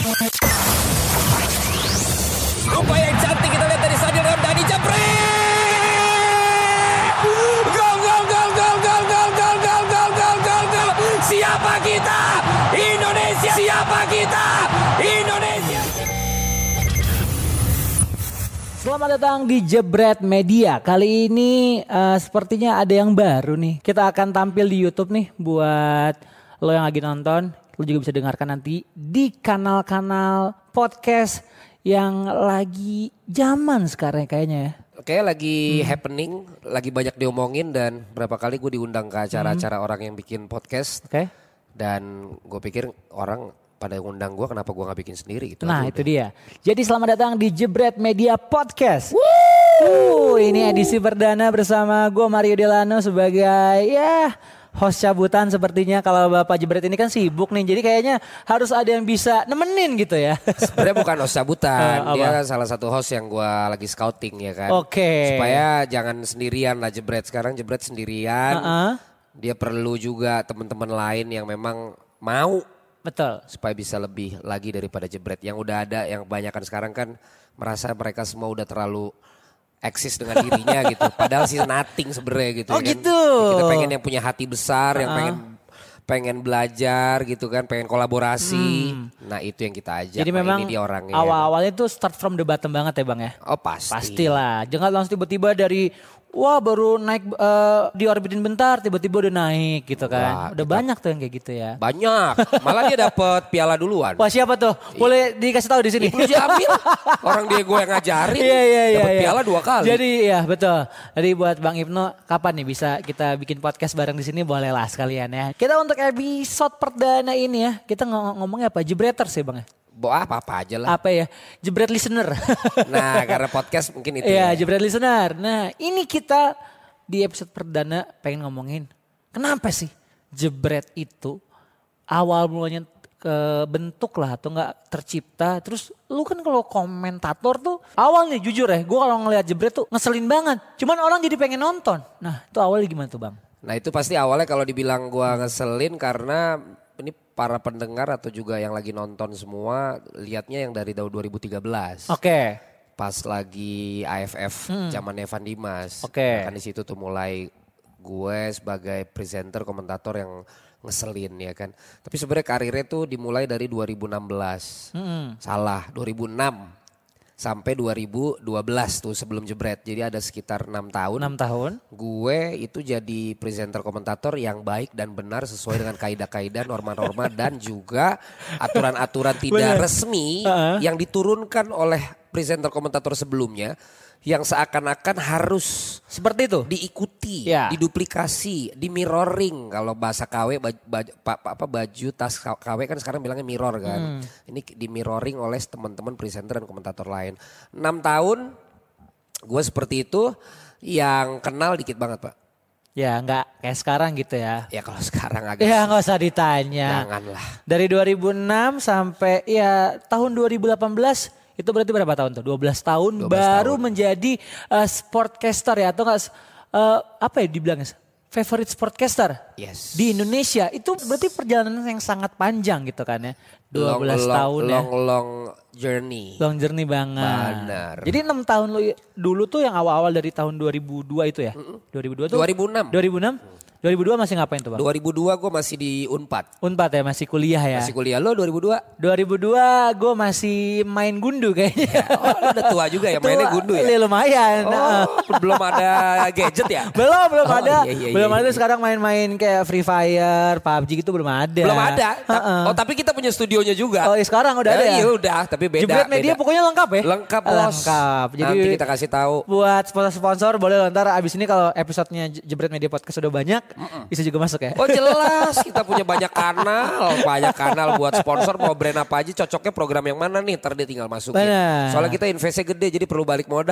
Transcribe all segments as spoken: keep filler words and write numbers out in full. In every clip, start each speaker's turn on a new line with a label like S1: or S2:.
S1: Upaya yang cantik kita lihat dari Sadil Ramdhani, jepret! Gol, gol, gol, gol, gol, gol, gol, gol, gol, gol, gol, gol. Siapa kita? Indonesia. Siapa kita? Indonesia.
S2: Selamat datang di Jebret Media. Kali ini uh, sepertinya ada yang baru nih. Kita akan tampil di YouTube nih buat lo yang lagi nonton. Lo juga bisa dengarkan nanti di kanal-kanal podcast yang lagi zaman sekarang kayaknya ya.
S3: Oke, lagi hmm. happening, lagi banyak diomongin dan berapa kali gue diundang ke acara-acara hmm. orang yang bikin podcast. Oke. Dan gue pikir orang pada ngundang gue, kenapa gue gak bikin sendiri gitu.
S2: Nah itu dia. Jadi selamat datang di Jebret Media Podcast. Wuh, ini edisi perdana bersama gue Mario Delano sebagai ya host cabutan sepertinya. Kalau Bapak Jebret ini kan sibuk nih, jadi kayaknya harus ada yang bisa nemenin gitu ya.
S3: Sebenarnya bukan host cabutan,
S2: uh,
S3: dia kan salah satu host yang gue lagi scouting ya kan.
S2: Oke. Okay.
S3: Supaya jangan sendirian lah Jebret, sekarang Jebret sendirian. Uh-uh. Dia perlu juga teman-teman lain yang memang mau.
S2: Betul.
S3: Supaya bisa lebih lagi daripada Jebret. Yang udah ada, yang kebanyakan sekarang kan merasa mereka semua udah terlalu eksis dengan dirinya gitu. Padahal sih nothing sebenarnya gitu.
S2: Oh
S3: kan.
S2: gitu.
S3: Kita pengen yang punya hati besar, uh-huh. yang pengen pengen belajar gitu kan, pengen kolaborasi. Hmm. Nah itu yang kita ajak.
S2: Jadi
S3: nah,
S2: memang
S3: ini dia orangnya.
S2: Awal-awalnya tuh start from the bottom banget ya Bang ya?
S3: Oh pasti.
S2: Pastilah. Jangan langsung tiba-tiba dari wah baru naik uh, diorbitin bentar tiba-tiba udah naik gitu kan. Wah, udah kita, banyak tuh yang kayak gitu ya.
S3: Banyak. Malah dia dapat piala duluan.
S2: Wah siapa tuh? Boleh dikasih tahu di sini.
S3: Ibnu Jamil. Orang dia gue yang ngajarin.
S2: Iya iya iya.
S3: Dapat
S2: iya.
S3: piala dua kali.
S2: Jadi ya betul. Jadi buat Bang Ibnu kapan nih bisa kita bikin podcast bareng di sini, boleh lah sekalian ya. Kita untuk episode perdana ini ya, kita ng- ngomongnya apa? Jebreters ya Bang ya?
S3: Bo apa-apa aja lah.
S2: Apa ya? Jebret listener.
S3: Nah karena podcast mungkin itu
S2: ya.
S3: ya.
S2: Jebret listener. Nah ini kita di episode perdana pengen ngomongin kenapa sih jebret itu awal mulanya kebentuk lah atau enggak tercipta. Terus lu kan kalau komentator tuh awalnya jujur ya, gue kalau ngeliat jebret tuh ngeselin banget. Cuman orang jadi pengen nonton. Nah itu awalnya gimana tuh Bang?
S3: Nah itu pasti awalnya kalau dibilang gue ngeselin karena ini para pendengar atau juga yang lagi nonton semua lihatnya yang dari tahun dua ribu tiga belas.
S2: Oke. Okay.
S3: Pas lagi A F F hmm. zaman Evan Dimas.
S2: Oke. Okay.
S3: Nah, kan di situ tuh mulai gue sebagai presenter komentator yang ngeselin ya kan. Tapi sebenarnya karirnya tuh dimulai dari dua ribu enam belas. Hmm. Salah, dua ribu enam sampai dua ribu dua belas tuh sebelum Jebret. Jadi ada sekitar enam tahun.
S2: enam tahun.
S3: Gue itu jadi presenter komentator yang baik dan benar sesuai dengan kaidah-kaidah, norma-norma dan juga aturan-aturan tidak Bener. resmi uh-huh. yang diturunkan oleh presenter komentator sebelumnya yang seakan-akan harus
S2: seperti itu
S3: diikuti,
S2: ya.
S3: diduplikasi, di mirroring. Kalau bahasa K W baju, baju, apa baju tas K W kan sekarang bilangnya mirror kan. Hmm. Ini di mirroring oleh teman-teman presenter dan komentator lain. enam tahun gue seperti itu, yang kenal dikit banget Pak.
S2: Ya nggak kayak sekarang gitu ya.
S3: Ya kalau sekarang agak.
S2: Ya nggak usah ditanya.
S3: Janganlah. Dari
S2: dua ribu enam sampai ya tahun dua ribu delapan belas. Itu berarti berapa tahun tuh? dua belas tahun dua belas baru tahun. Menjadi uh, sportcaster ya atau enggak uh, apa ya dibilangnya? Favorite sportcaster
S3: yes.
S2: di Indonesia. Itu berarti perjalanan yang sangat panjang gitu kan ya. dua belas
S3: long,
S2: tahun
S3: long,
S2: ya.
S3: Long long journey.
S2: Long journey banget.
S3: Benar.
S2: Jadi enam tahun lu dulu tuh yang awal-awal dari tahun dua ribu dua itu ya?
S3: Mm-mm.
S2: dua ribu dua tuh?
S3: dua ribu enam.
S2: dua ribu enam? dua ribu dua masih ngapain tuh Bang?
S3: dua ribu dua gue masih di Unpad.
S2: Unpad ya, masih kuliah ya?
S3: Masih kuliah. Lo dua ribu dua?
S2: dua ribu dua gue masih main gundu kayaknya.
S3: Oh udah tua juga ya mainnya gundu ya?
S2: Iya lumayan.
S3: Oh belum ada gadget ya?
S2: Belum, belum
S3: oh,
S2: ada.
S3: Iya, iya,
S2: belum
S3: iya,
S2: ada
S3: iya.
S2: Sekarang main-main kayak Free Fire, P U B G gitu belum ada.
S3: Belum ada?
S2: Uh-uh.
S3: Oh tapi kita punya studionya juga.
S2: Oh iya sekarang udah ada ya?
S3: Iya udah tapi beda.
S2: Jebret Media
S3: beda.
S2: pokoknya lengkap ya?
S3: Lengkap bos.
S2: Lengkap. Jadi
S3: nanti kita kasih tahu.
S2: Buat sponsor-sponsor boleh ntar abis ini kalau episodenya Jebret Media Podcast udah banyak. Mm-mm. Bisa juga masuk ya?
S3: Oh jelas kita punya banyak kanal. Banyak kanal buat sponsor mau brand apa aja cocoknya program yang mana nih. Ntar dia tinggal masukin. Bener. Soalnya kita investnya gede jadi perlu balik modal.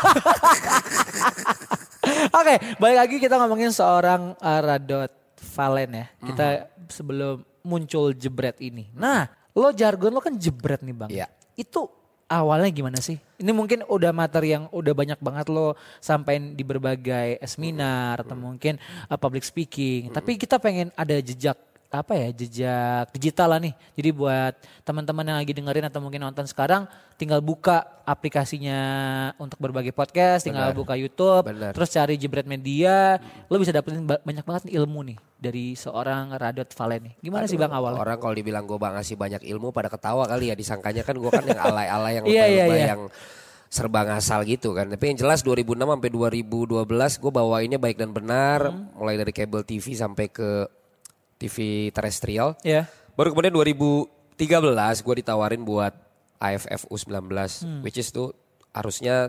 S2: Oke okay, balik lagi kita ngomongin seorang uh, Radot Valen ya. Kita mm-hmm. sebelum muncul Jebret ini. Nah lo jargon lo kan Jebret nih Bang.
S3: Iya.
S2: Itu awalnya gimana sih? Ini mungkin udah materi yang udah banyak banget lo sampein di berbagai seminar mm-hmm. atau mungkin uh, public speaking. Mm-hmm. Tapi kita pengen ada jejak apa ya jejak digital lah nih. Jadi buat teman-teman yang lagi dengerin atau mungkin nonton sekarang tinggal buka aplikasinya untuk berbagai podcast, tinggal
S3: Benar.
S2: buka YouTube,
S3: Benar.
S2: terus cari Jebret Media, lo bisa dapetin ba- banyak banget nih ilmu nih dari seorang Radot Valen nih. Gimana sih Bang awalnya?
S3: Orang kalau dibilang gue bang ngasih banyak ilmu pada ketawa kali ya, disangkanya kan gue kan yang alay-alay yang
S2: Iya, iya,
S3: lebay-lebay
S2: iya.
S3: yang serba ngasal gitu kan. Tapi yang jelas dua ribu enam sampai dua ribu dua belas gue bawainnya baik dan benar,
S2: Hmm.
S3: mulai dari kabel T V sampai ke T V terestrial.
S2: Ya.
S3: Baru kemudian dua ribu tiga belas gue ditawarin buat A F F U sembilan belas,
S2: Hmm.
S3: which is tuh harusnya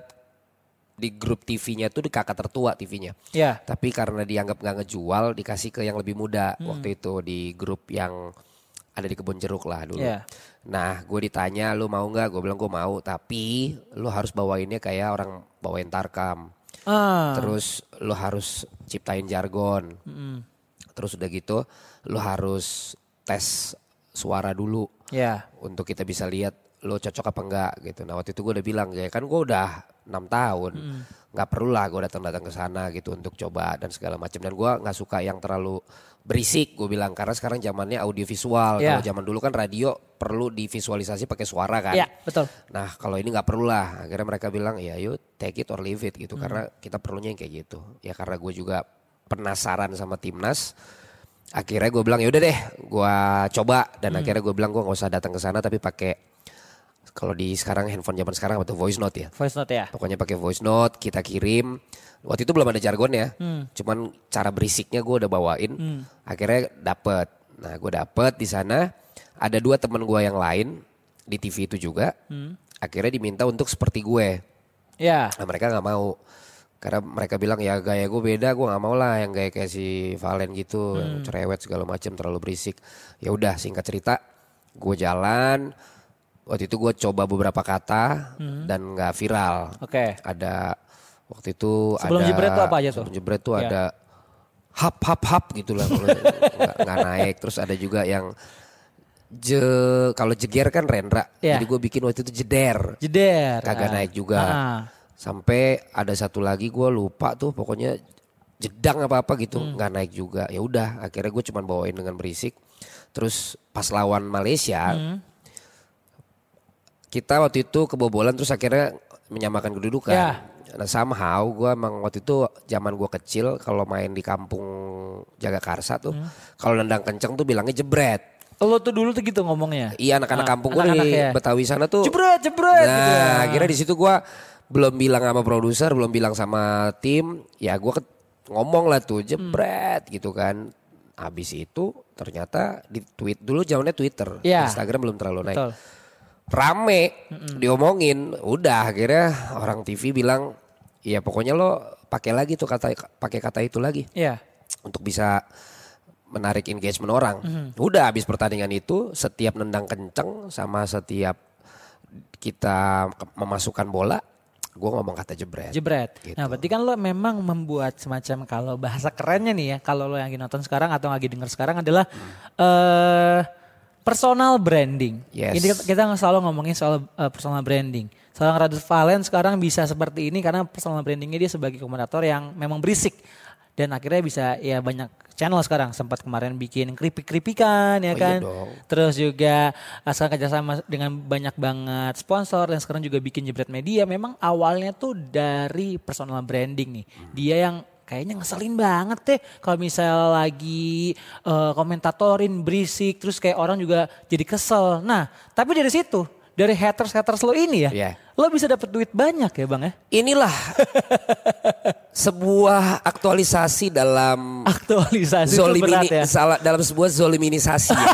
S3: di grup T V-nya tuh di kakak tertua T V-nya.
S2: Ya.
S3: Tapi karena dianggap nggak ngejual, dikasih ke yang lebih muda
S2: Hmm.
S3: waktu itu di grup yang ada di Kebun Jeruk lah dulu.
S2: Iya.
S3: Nah gue ditanya lu mau nggak? Gue bilang gue mau, tapi lu harus bawainnya kayak orang bawain Tarkam.
S2: Ah.
S3: Terus lu harus ciptain jargon. Terus udah gitu lu harus tes suara dulu.
S2: Ya.
S3: Untuk kita bisa lihat lo cocok apa enggak gitu. Nah waktu itu gue udah bilang ya kan gue udah enam tahun. Nggak perlu lah gue datang-datang ke sana gitu untuk coba dan segala macam. Dan gue nggak suka yang terlalu berisik gue bilang. Karena sekarang zamannya audiovisual.
S2: Iya.
S3: Kalau zaman dulu kan radio perlu divisualisasi pakai suara kan.
S2: Ya, betul.
S3: Nah kalau ini nggak perlu lah. Akhirnya mereka bilang ya yuk take it or leave it gitu. Karena kita perlunya yang kayak gitu. Ya karena gue juga penasaran sama timnas. Akhirnya gue bilang ya udah deh gue coba. Dan akhirnya gue bilang gue nggak usah datang ke sana tapi pakai, kalau di sekarang handphone zaman sekarang apa tuh voice note ya.
S2: Voice note ya.
S3: Pokoknya pakai voice note, kita kirim. Waktu itu belum ada jargon ya. Cuman cara berisiknya gue udah bawain. Akhirnya dapet. Nah gue dapet di sana. Ada dua temen gue yang lain di T V itu juga. Akhirnya diminta untuk seperti gue.
S2: Ya.
S3: Nah mereka nggak mau. Karena mereka bilang ya gaya gue beda, gue nggak mau lah yang gaya kayak si Valen gitu, yang cerewet segala macam terlalu berisik. Ya udah singkat cerita, gue jalan. Waktu itu gue coba beberapa kata dan nggak viral.
S2: Oke.
S3: Ada waktu itu
S2: Sebelum
S3: ada
S2: jebret tuh apa aja tuh?
S3: Sebelum jebret tuh
S2: Iya.
S3: ada hap hap hap gitu lah, nggak nggak naik. Terus ada juga yang je kalau jeger kan Rendra,
S2: Iya.
S3: jadi gue bikin waktu itu jeder,
S2: Jeder.
S3: kagak
S2: Ah.
S3: naik juga.
S2: Ah.
S3: Sampai ada satu lagi gue lupa tuh pokoknya jedang apa apa gitu nggak naik juga. Ya udah akhirnya gue cuman bawain dengan berisik. Terus pas lawan Malaysia kita waktu itu kebobolan terus akhirnya menyamakan kedudukan.
S2: Ya.
S3: Nah somehow gue emang waktu itu zaman gue kecil kalau main di kampung Jagakarsa tuh kalau nendang kenceng tuh bilangnya jebret.
S2: Lo tuh dulu tuh gitu ngomongnya.
S3: Iya anak-anak
S2: Ah,
S3: kampung gue
S2: anak-anak
S3: di
S2: ya.
S3: Betawi sana tuh.
S2: Jebret, jebret.
S3: Nah
S2: gitu ya.
S3: akhirnya di situ gue belum bilang sama produser, belum bilang sama tim. Ya gue ngomong lah tuh jebret gitu kan. Habis itu ternyata di tweet dulu zamannya Twitter,
S2: Iya.
S3: Instagram belum terlalu naik.
S2: Betul.
S3: Rame diomongin, udah akhirnya orang T V bilang, ya pokoknya lo pakai lagi tuh kata pakai kata itu lagi
S2: Iya.
S3: untuk bisa menarik engagement orang. Udah habis pertandingan itu setiap nendang kenceng sama setiap kita ke- memasukkan bola, gue ngomong kata jebret.
S2: Jebret.
S3: Gitu.
S2: Nah berarti kan lo memang membuat semacam kalau bahasa kerennya nih ya. Kalau lo yang lagi nonton sekarang atau lagi denger sekarang adalah eh personal branding.
S3: Yes.
S2: Ini kita, kita selalu ngomongin soal eh, personal branding. Seorang Radot Valen sekarang bisa seperti ini karena personal brandingnya dia sebagai komentator yang memang berisik. Dan akhirnya bisa ya banyak channel sekarang. Sempat kemarin bikin keripik-keripikan ya
S3: Oh iya
S2: kan.
S3: dong.
S2: Terus juga asal kerjasama dengan banyak banget sponsor dan sekarang juga bikin Jebret Media. Memang awalnya tuh dari personal branding nih. Dia yang kayaknya ngeselin banget deh kalau misal lagi eh, komentatorin berisik terus kayak orang juga jadi kesel. Nah tapi dari situ dari haters-haters lo ini ya
S3: Iya.
S2: lo bisa dapet duit banyak ya bang ya.
S3: Inilah sebuah aktualisasi dalam
S2: Aktualisasi itu berat
S3: zolimini,
S2: ya.
S3: salah dalam sebuah zoliminisasi. Ya.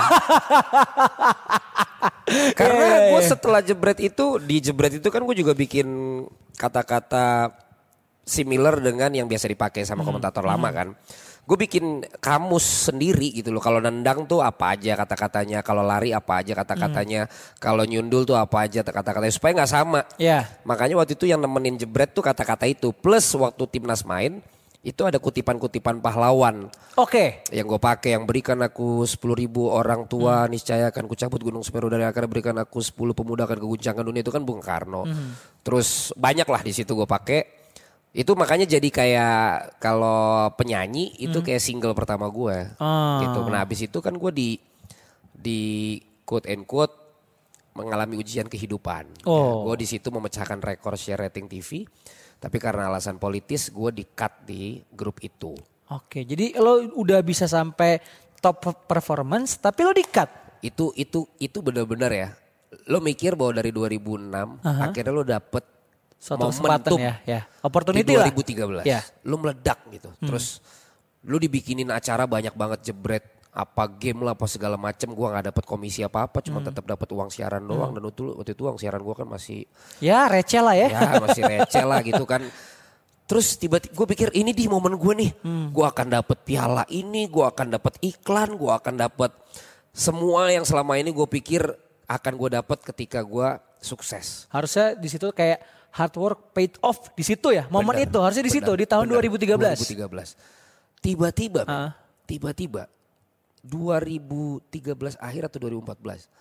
S3: Karena
S2: Iya, iya,
S3: gue
S2: iya.
S3: setelah jebret itu di jebret itu kan gue juga bikin kata-kata similar dengan yang biasa dipakai sama komentator lama kan. Gue bikin kamus sendiri gitu loh. Kalau nendang tuh apa aja kata-katanya, kalau lari apa aja kata-katanya, kalau nyundul tuh apa aja kata-katanya supaya nggak sama.
S2: Ya.
S3: Makanya waktu itu yang nemenin jebret tuh kata-kata itu. Plus waktu timnas main itu ada kutipan-kutipan pahlawan
S2: Oke.
S3: yang gue pakai, yang berikan aku sepuluh ribu orang tua niscaya akan kucabut gunung Semeru dari akar, berikan aku sepuluh pemuda akan keguncangkan dunia, itu kan Bung Karno. Terus banyak lah di situ gue pakai. Itu makanya jadi kayak kalau penyanyi itu hmm. kayak single pertama gue. Oh. Gitu. Nah habis itu kan gue di di quote and quote mengalami ujian kehidupan. Oh. Ya, gue di situ memecahkan rekor share rating T V. Tapi karena alasan politis gue di-cut di grup itu.
S2: Oke, jadi lo udah bisa sampai top performance tapi lo di-cut?
S3: Itu itu itu benar-benar ya. Lo mikir bahwa dari dua ribu enam uh-huh. akhirnya lo dapet
S2: suatu momentum ya, ya. Opportunity
S3: di dua ribu tiga belas.
S2: Lah. Ya.
S3: Lo meledak gitu. Hmm. Terus lo dibikinin acara banyak banget jebret. Apa game lah apa segala macem. Gue gak dapet komisi apa-apa. Cuma hmm. tetap dapet uang siaran doang. Hmm. Dan itu, waktu itu uang siaran gue kan masih.
S2: Ya receh lah ya.
S3: Ya masih receh lah gitu kan. Terus tiba-tiba gue pikir ini di momen gue nih. Hmm. Gue akan dapet piala ini. Gue akan dapet iklan. Gue akan dapet semua yang selama ini gue pikir akan gue dapet ketika gue sukses.
S2: Harusnya di situ kayak hard work paid off di situ ya. Momen bener, itu harusnya di situ di tahun bener, dua ribu tiga belas.
S3: dua ribu tiga belas. Tiba-tiba, uh. tiba-tiba dua ribu tiga belas akhir atau dua ribu empat belas.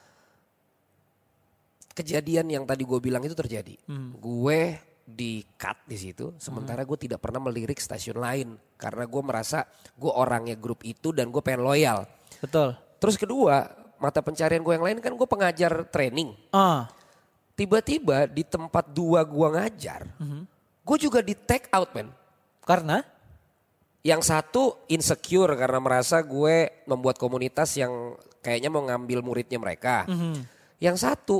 S3: Kejadian yang tadi gue bilang itu terjadi. Hmm. Gue di cut di situ. Sementara hmm. gue tidak pernah melirik stasiun lain karena gue merasa gue orangnya grup itu dan gue pengen loyal.
S2: Betul.
S3: Terus kedua, mata pencarian gue yang lain kan gue pengajar training. Uh. Tiba-tiba di tempat dua gue ngajar, uh-huh. gue juga di take out men.
S2: Karena?
S3: Yang satu insecure karena merasa gue membuat komunitas yang kayaknya mau ngambil muridnya mereka. Uh-huh. Yang satu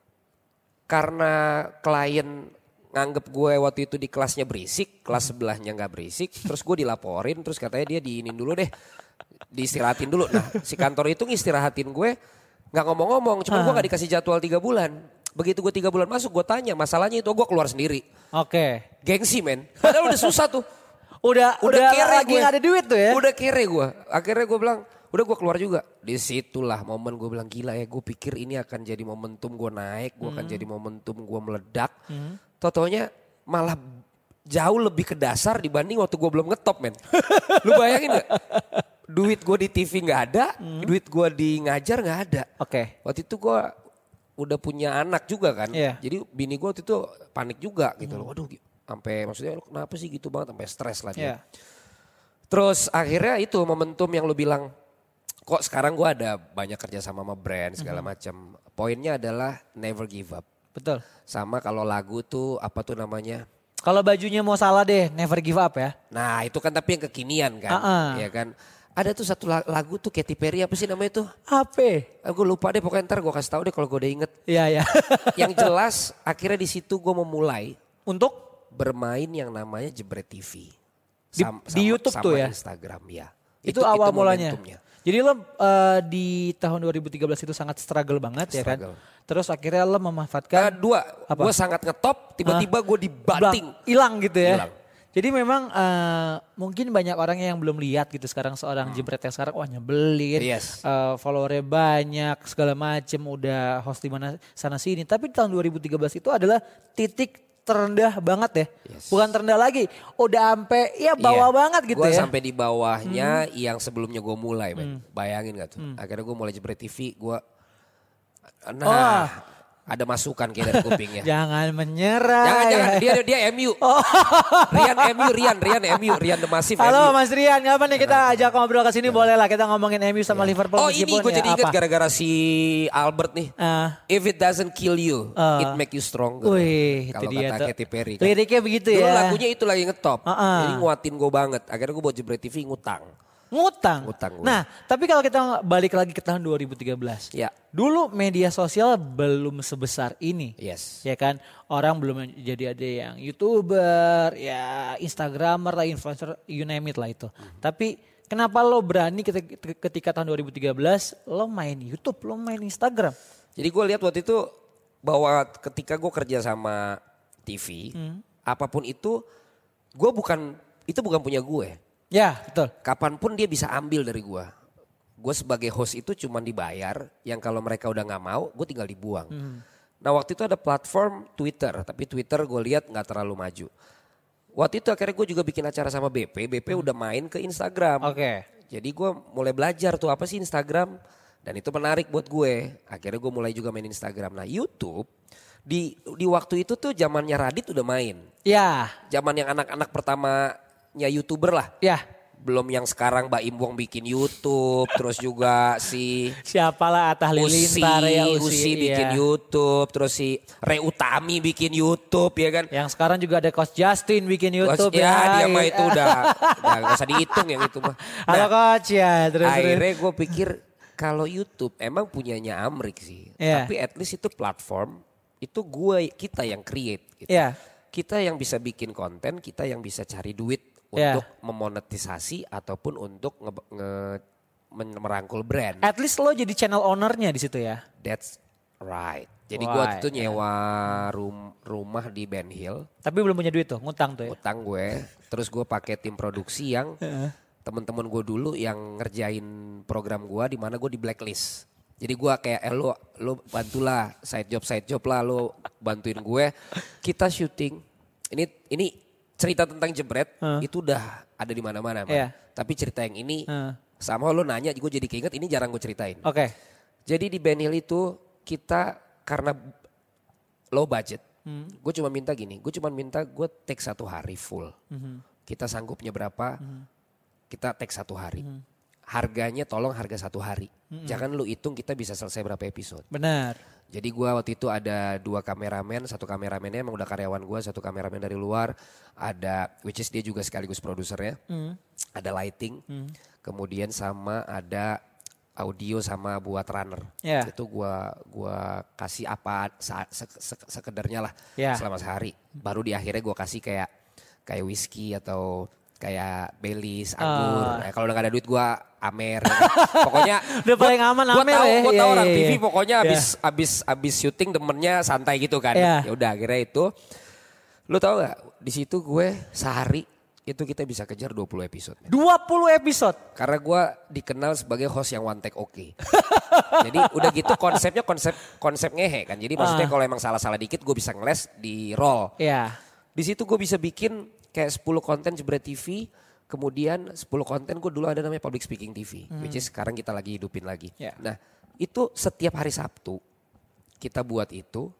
S3: karena klien nganggep gue waktu itu di kelasnya berisik, kelas sebelahnya gak berisik. Terus gue dilaporin, terus katanya dia diinin dulu deh. Diistirahatin dulu. Nah si kantor itu ngistirahatin gue gak ngomong-ngomong. Cuma gue gak dikasih jadwal tiga bulan. Begitu gue tiga bulan masuk gue tanya masalahnya itu gue keluar sendiri.
S2: Oke. Okay.
S3: Gengsi men. Padahal udah susah tuh.
S2: Udah udah, udah kere lagi gue. Gak ada duit tuh ya.
S3: Udah kere gue. Akhirnya gue bilang udah gue keluar juga. Disitulah momen gue bilang gila ya gue pikir ini akan jadi momentum gue naik. Gue hmm. akan jadi momentum gue meledak. Hmm. Totonya malah jauh lebih ke dasar dibanding waktu gue belum ngetop men. Lu bayangin gak? Duit gue di T V gak ada, hmm. duit gue di ngajar gak ada.
S2: Oke. Okay.
S3: Waktu itu gue udah punya anak juga kan.
S2: Yeah.
S3: Jadi bini gue waktu itu panik juga gitu hmm. loh. Waduh sampai maksudnya lu kenapa sih gitu banget sampai stres lah dia. Yeah. Terus akhirnya itu momentum yang lu bilang kok sekarang gue ada banyak kerja sama sama brand segala hmm. macam. Poinnya adalah never give up.
S2: Betul.
S3: Sama kalau lagu tuh apa tuh namanya?
S2: Kalau bajunya mau salah deh never give up ya.
S3: Nah itu kan tapi yang kekinian kan. Uh-uh. Ya kan. Ada tuh satu lagu tuh Katy Perry apa sih namanya tuh?
S2: Apa?
S3: Gue lupa deh pokoknya ntar gue kasih tahu deh kalau gue udah inget.
S2: Iya ya.
S3: Yang jelas akhirnya di situ gue memulai
S2: untuk
S3: bermain yang namanya Jebret T V.
S2: Sam, di, di sama, YouTube sama tuh ya?
S3: Instagram ya.
S2: Itu, itu awal itu mulanya. Jadi lo uh, di tahun dua ribu tiga belas itu sangat struggle banget struggle. Ya kan? Terus akhirnya lo memanfaatkan. Uh,
S3: dua, gue sangat ngetop tiba-tiba uh, gue dibanting.
S2: Hilang gitu ya?
S3: Hilang.
S2: Jadi memang uh, mungkin banyak orang yang belum lihat gitu sekarang seorang hmm. Jebret yang sekarang wah nyebelin,
S3: yes.
S2: uh, followernya banyak segala macem udah host di mana sana sini. Tapi tahun dua ribu tiga belas itu adalah titik terendah banget ya, yes. bukan terendah lagi, udah sampai ya bawah yeah. banget gitu
S3: gua
S2: ya.
S3: Gue sampai di bawahnya hmm. yang sebelumnya gue mulai, hmm. bayangin gak tuh? Hmm. Akhirnya gue mulai Jebret T V, gue, nah. Oh. Ada masukan kayak dari kupingnya.
S2: Jangan menyerah.
S3: Jangan, jangan. Dia dia M U. Oh. Rian M U, Rian, Rian M U, Rian The Massive.
S2: Halo M U. Mas Rian, kapan nih kita ajak ngobrol ke sini boleh lah kita ngomongin M U sama yeah. Liverpool.
S3: Oh ini gue ya, jadi ingat gara-gara si Albert nih. Uh. If it doesn't kill you, uh. it make you stronger.
S2: Wih,
S3: kalau
S2: itu
S3: kata
S2: dia
S3: Katy Perry. Kan.
S2: Liriknya begitu
S3: Dulu
S2: ya.
S3: lagunya itu lagi ngetop. Uh -uh. Jadi nguatin gue banget. Akhirnya gue buat Jebret T V ngutang.
S2: Ngutang.
S3: Ngutang
S2: nah, tapi kalau kita balik lagi ke tahun dua ribu tiga belas.
S3: Ya.
S2: Dulu media sosial belum sebesar ini.
S3: Yes.
S2: Ya kan? Orang belum jadi ada yang YouTuber, ya Instagramer lah, influencer, you name it lah itu. Hmm. Tapi kenapa lo berani ketika, ketika tahun dua ribu tiga belas lo main YouTube, lo main Instagram?
S3: Jadi gue lihat waktu itu bahwa ketika gue kerja sama T V, hmm. apapun itu gue bukan, itu bukan punya gue.
S2: Ya betul.
S3: Kapanpun dia bisa ambil dari gue. Gue sebagai host itu cuma dibayar. Yang kalau mereka udah gak mau gue tinggal dibuang. Hmm. Nah waktu itu ada platform Twitter. Tapi Twitter gue lihat gak terlalu maju. Waktu itu akhirnya gue juga bikin acara sama B P. B P hmm. udah main ke Instagram.
S2: Oke. Okay.
S3: Jadi gue mulai belajar tuh apa sih Instagram. Dan itu menarik buat gue. Akhirnya gue mulai juga main Instagram. Nah YouTube Di di waktu itu tuh zamannya Radit udah main.
S2: Ya.
S3: Zaman yang anak-anak pertamanya YouTuber lah.
S2: Ya.
S3: Belum yang sekarang Mbak Imbong bikin YouTube, terus juga si
S2: Siapalah Atta
S3: Usi,
S2: Halilintar ya Usi,
S3: Usi bikin
S2: iya.
S3: YouTube, terus si Ray Utami bikin YouTube ya kan.
S2: Yang sekarang juga ada Coach Justin bikin YouTube
S3: Coach, ya. dia mah
S2: iya.
S3: itu udah, udah gak usah dihitung yang itu mah.
S2: Halo Coach ya terus.
S3: Akhirnya gue pikir kalau YouTube emang punyanya Amrik sih.
S2: Iya.
S3: Tapi at least itu platform, itu gue kita yang create gitu.
S2: Iya.
S3: Kita yang bisa bikin konten, kita yang bisa cari duit
S2: Yeah.
S3: untuk memonetisasi ataupun untuk nge, nge, men- merangkul brand.
S2: At least lo jadi channel ownernya di situ ya.
S3: That's right. Jadi
S2: Right,
S3: gue waktu itu nyewa rum- rumah di Ben Hill,
S2: Tapi belum punya duit tuh, ngutang tuh ya.
S3: utang gue. Terus gue pakai tim produksi yang teman-teman gue dulu yang ngerjain program gue, di mana gue di blacklist. Jadi gue kayak eh lo lo bantulah side job side job lah, lo bantuin gue. Kita syuting. Ini ini cerita tentang Jebret
S2: Uh.
S3: itu udah ada di mana-mana, Man.
S2: Iya.
S3: Tapi cerita yang ini
S2: Uh.
S3: sama lo nanya, gue jadi keinget ini jarang gue ceritain.
S2: Oke.
S3: Jadi di Ben Hill itu kita karena low budget,
S2: Hmm.
S3: gue cuma minta gini, gue cuma minta gue take satu hari full.
S2: Mhm.
S3: Kita sanggupnya berapa,
S2: Hmm.
S3: kita take satu hari. Harganya tolong harga satu hari.
S2: Hmm.
S3: Jangan lu hitung kita bisa selesai berapa episode.
S2: Benar.
S3: Jadi gue waktu itu ada dua kameramen, satu kameramennya emang udah karyawan gue, satu kameramen dari luar. Ada, which is dia juga sekaligus produsernya.
S2: Hmm.
S3: Ada lighting, kemudian sama ada audio sama buat runner.
S2: Ya.
S3: Itu gua gua kasih apa sa- se- se- sekedarnya lah
S2: Ya.
S3: selama sehari. Baru di akhirnya gua kasih kayak kayak whisky atau kayak Baileys, anggur.
S2: Ah.
S3: Eh, kalau udah gak ada duit gua Amer. ya kan. Pokoknya
S2: Udah paling aman
S3: gua
S2: Amer
S3: tahu,
S2: ya.
S3: Gua
S2: Iya,
S3: tahu
S2: iya,
S3: orang T V
S2: iya.
S3: pokoknya
S2: Ya.
S3: abis abis abis syuting temennya santai gitu kan.
S2: Ya.
S3: Ya udah akhirnya itu. Lu tahu gak di situ gue sehari itu kita bisa kejar dua puluh episode.
S2: dua puluh episode.
S3: Karena gue dikenal sebagai host yang one take oke. Jadi udah gitu konsepnya konsep konsep ngehe kan. Jadi maksudnya
S2: Ah.
S3: kalau emang salah-salah dikit gue bisa ngeles di roll.
S2: Ya.
S3: Di situ gue bisa bikin kayak sepuluh konten Jebret T V. Kemudian sepuluh konten gue dulu ada namanya Public Speaking T V. Which is sekarang kita lagi hidupin lagi.
S2: Ya.
S3: Nah itu setiap hari Sabtu kita buat itu.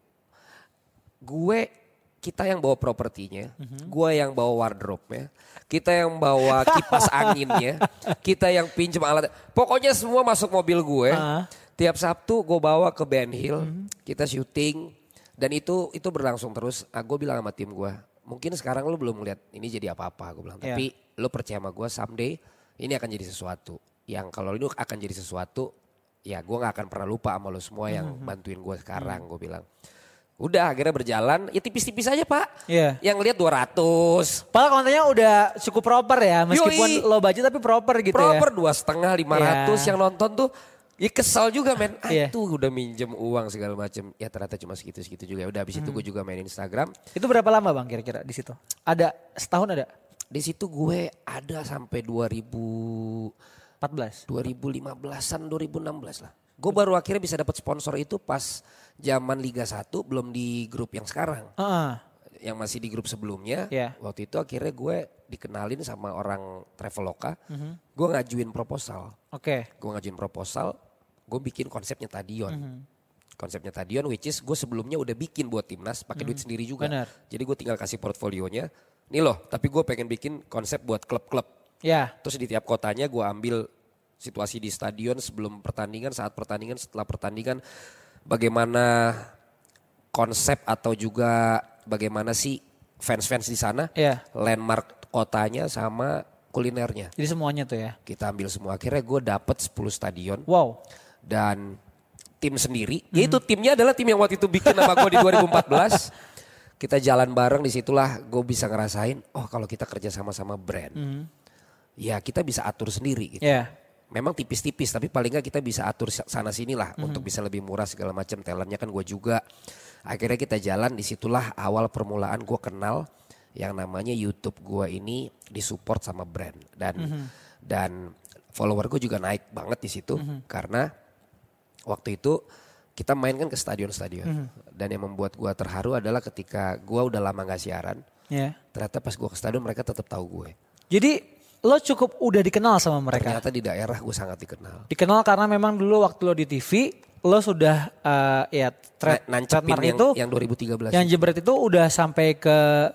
S3: Gue kita yang bawa propertinya, gue yang bawa wardrobe-nya, kita yang bawa kipas anginnya, kita yang pinjam alat. Pokoknya semua masuk mobil gue.
S2: Ah.
S3: Tiap Sabtu gue bawa ke Ben Hill, kita syuting dan itu itu berlangsung terus. Ah, gue bilang sama tim gue, mungkin sekarang lu belum lihat ini jadi apa-apa, gue bilang.
S2: Yeah.
S3: Tapi lu percaya sama gue, someday ini akan jadi sesuatu. Yang kalau ini akan jadi sesuatu, ya gue nggak akan pernah lupa sama lu semua yang bantuin gue sekarang, gue bilang. Udah akhirnya berjalan, ya tipis-tipis aja Pak.
S2: Iya.
S3: Yang lihat dua ratus.
S2: Padahal kontennya udah cukup proper ya, meskipun
S3: Yoi.
S2: low budget tapi proper gitu ya.
S3: Proper dua setengah, lima ratus.
S2: Iya.
S3: Yang nonton tuh ya kesal juga men. Ah,
S2: Iya.
S3: itu udah minjem uang segala macem. Ya ternyata cuma segitu-segitu juga. Udah habis itu gue juga main Instagram.
S2: Itu berapa lama Bang kira-kira di situ? Ada setahun ada?
S3: Di situ gue ada sampai dua ribu
S2: empat belas.
S3: dua ribu lima belasan, dua ribu enam belas lah. Gue baru akhirnya bisa dapat sponsor itu pas zaman Liga satu, belum di grup yang sekarang.
S2: Heeh.
S3: Yang masih di grup sebelumnya.
S2: Iya.
S3: Waktu itu akhirnya gue dikenalin sama orang Traveloka.
S2: Mhm.
S3: Gue ngajuin proposal.
S2: Oke.
S3: Gue ngajuin proposal, gue bikin konsepnya Tadion.
S2: Mhm.
S3: Konsepnya Tadion which is gue sebelumnya udah bikin buat timnas pakai duit sendiri juga.
S2: Benar.
S3: Jadi gue tinggal kasih portfolionya. Nih loh, tapi gue pengen bikin konsep buat klub-klub.
S2: Ya.
S3: Terus di tiap kotanya gue ambil situasi di stadion sebelum pertandingan, saat pertandingan, setelah pertandingan. Bagaimana konsep atau juga bagaimana sih fans-fans di sana.
S2: Iya.
S3: Landmark kotanya sama kulinernya.
S2: Jadi semuanya tuh ya.
S3: Kita ambil semua. Akhirnya gue dapet sepuluh stadion.
S2: Wow.
S3: Dan tim sendiri. Yaitu timnya adalah tim yang waktu itu bikin nama gue di dua ribu empat belas. Kita jalan bareng, disitulah gue bisa ngerasain. Oh kalau kita kerja sama-sama brand. Ya kita bisa atur sendiri gitu.
S2: Ya.
S3: Memang tipis-tipis tapi paling nggak kita bisa atur sana sini lah. Untuk bisa lebih murah segala macam. Talentnya kan gue juga. Akhirnya kita jalan, disitulah awal permulaan gue kenal. Yang namanya YouTube gue ini disupport sama brand. Dan dan follower gue juga naik banget di situ. Karena waktu itu kita main kan ke stadion-stadion. Dan yang membuat gue terharu adalah ketika gue udah lama gak siaran.
S2: Ya.
S3: Ternyata pas gue ke stadion mereka tetap tahu gue.
S2: Jadi lo cukup udah dikenal sama mereka.
S3: Ternyata di daerah gue sangat dikenal.
S2: Dikenal karena memang dulu waktu lo di T V lo sudah uh, ya trade,
S3: Na- nancepin
S2: trademark
S3: yang,
S2: itu
S3: yang dua ribu tiga belas.
S2: yang jebret itu udah sampai ke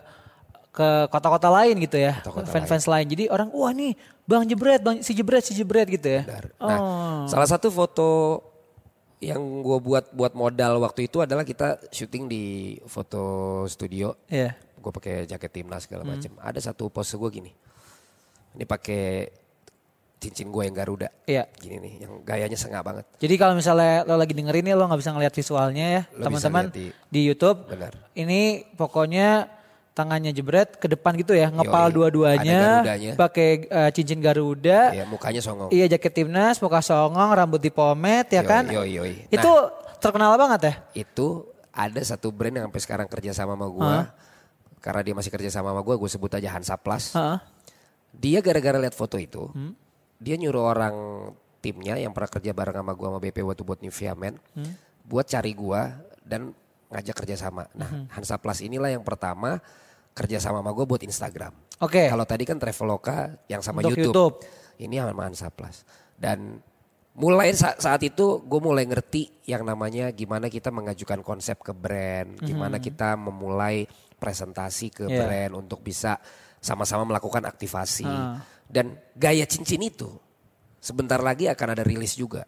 S2: ke kota-kota lain gitu ya,
S3: Kota-kota
S2: fans-fans lain. Jadi orang wah nih Bang Jebret, Bang si Jebret, si Jebret gitu ya.
S3: Benar.
S2: Oh.
S3: Nah, salah satu foto yang gue buat buat modal waktu itu adalah kita syuting di foto studio.
S2: Iya.
S3: Gue pakai jaket timnas segala macam. Hmm. Ada satu pose gue gini. Ini pakai cincin gue yang Garuda.
S2: Iya.
S3: Gini nih, yang gayanya sengak banget.
S2: Jadi kalau misalnya lo lagi dengerin ini lo nggak bisa ngeliat visualnya ya,
S3: Lo
S2: teman-teman
S3: bisa lihat di-
S2: di YouTube.
S3: Benar.
S2: Ini pokoknya tangannya Jebret ke depan gitu ya, ngepal
S3: Yoi,
S2: dua-duanya,
S3: ada Garudanya.
S2: pakai uh, cincin Garuda.
S3: Iya, mukanya songong.
S2: Iya, jaket timnas, muka songong, rambut dipomet ya
S3: Yoi,
S2: kan.
S3: yoi, yoi.
S2: Itu
S3: Nah,
S2: terkenal banget ya.
S3: itu ada satu brand yang sampai sekarang kerja sama sama gue.
S2: Hah?
S3: Karena dia masih kerja sama sama gue, gue sebut aja Hansaplast.
S2: Heeh.
S3: Dia gara-gara lihat foto itu,
S2: Hmm.
S3: dia nyuruh orang timnya yang pernah kerja bareng sama gue sama B P waktu buat Nivea Men,
S2: Hmm.
S3: buat cari gue dan ngajak kerja sama. Nah,
S2: Hmm.
S3: Hansaplast inilah yang pertama kerja sama sama gue buat Instagram.
S2: Oke.
S3: Kalau tadi kan Traveloka yang sama
S2: Untuk
S3: YouTube.
S2: YouTube.
S3: Ini sama Hansaplast. Dan mulai saat, saat itu gue mulai ngerti yang namanya gimana kita mengajukan konsep ke brand, gimana kita memulai presentasi ke
S2: Iya.
S3: brand untuk bisa sama-sama melakukan aktivasi.
S2: Ah.
S3: Dan gaya cincin itu sebentar lagi akan ada rilis juga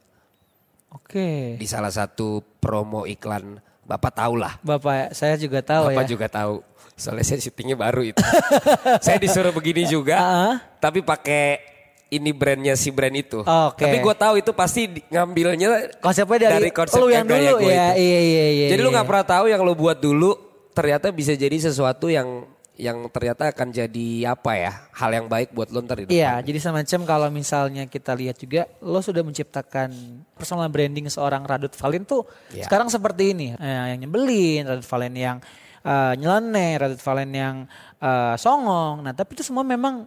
S2: Oke.
S3: di salah satu promo iklan. Bapak tahu lah.
S2: Bapak saya juga tahu
S3: Bapak
S2: ya.
S3: juga tahu. Soalnya saya syutingnya baru itu. Saya disuruh begini juga,
S2: Ah.
S3: tapi pakai ini brandnya si brand itu.
S2: Oke.
S3: Tapi gue tahu itu pasti di- ngambilnya
S2: Konsepnya dari,
S3: konsep
S2: lu yang
S3: gaya
S2: dulu
S3: gua
S2: ya.
S3: itu.
S2: Iya iya iya.
S3: Jadi lu
S2: iya.
S3: nggak pernah tahu yang lu buat dulu ternyata bisa jadi sesuatu yang yang ternyata akan jadi apa ya, hal yang baik buat lo ntar di depan.
S2: Iya, jadi semacam kalau misalnya kita lihat juga, lo sudah menciptakan personal branding seorang Radut Valen tuh
S3: Iya.
S2: sekarang seperti ini. Eh, yang nyebelin, Radut Valen yang eh, nyeleneh, Radut Valen yang eh, songong. Nah tapi itu semua memang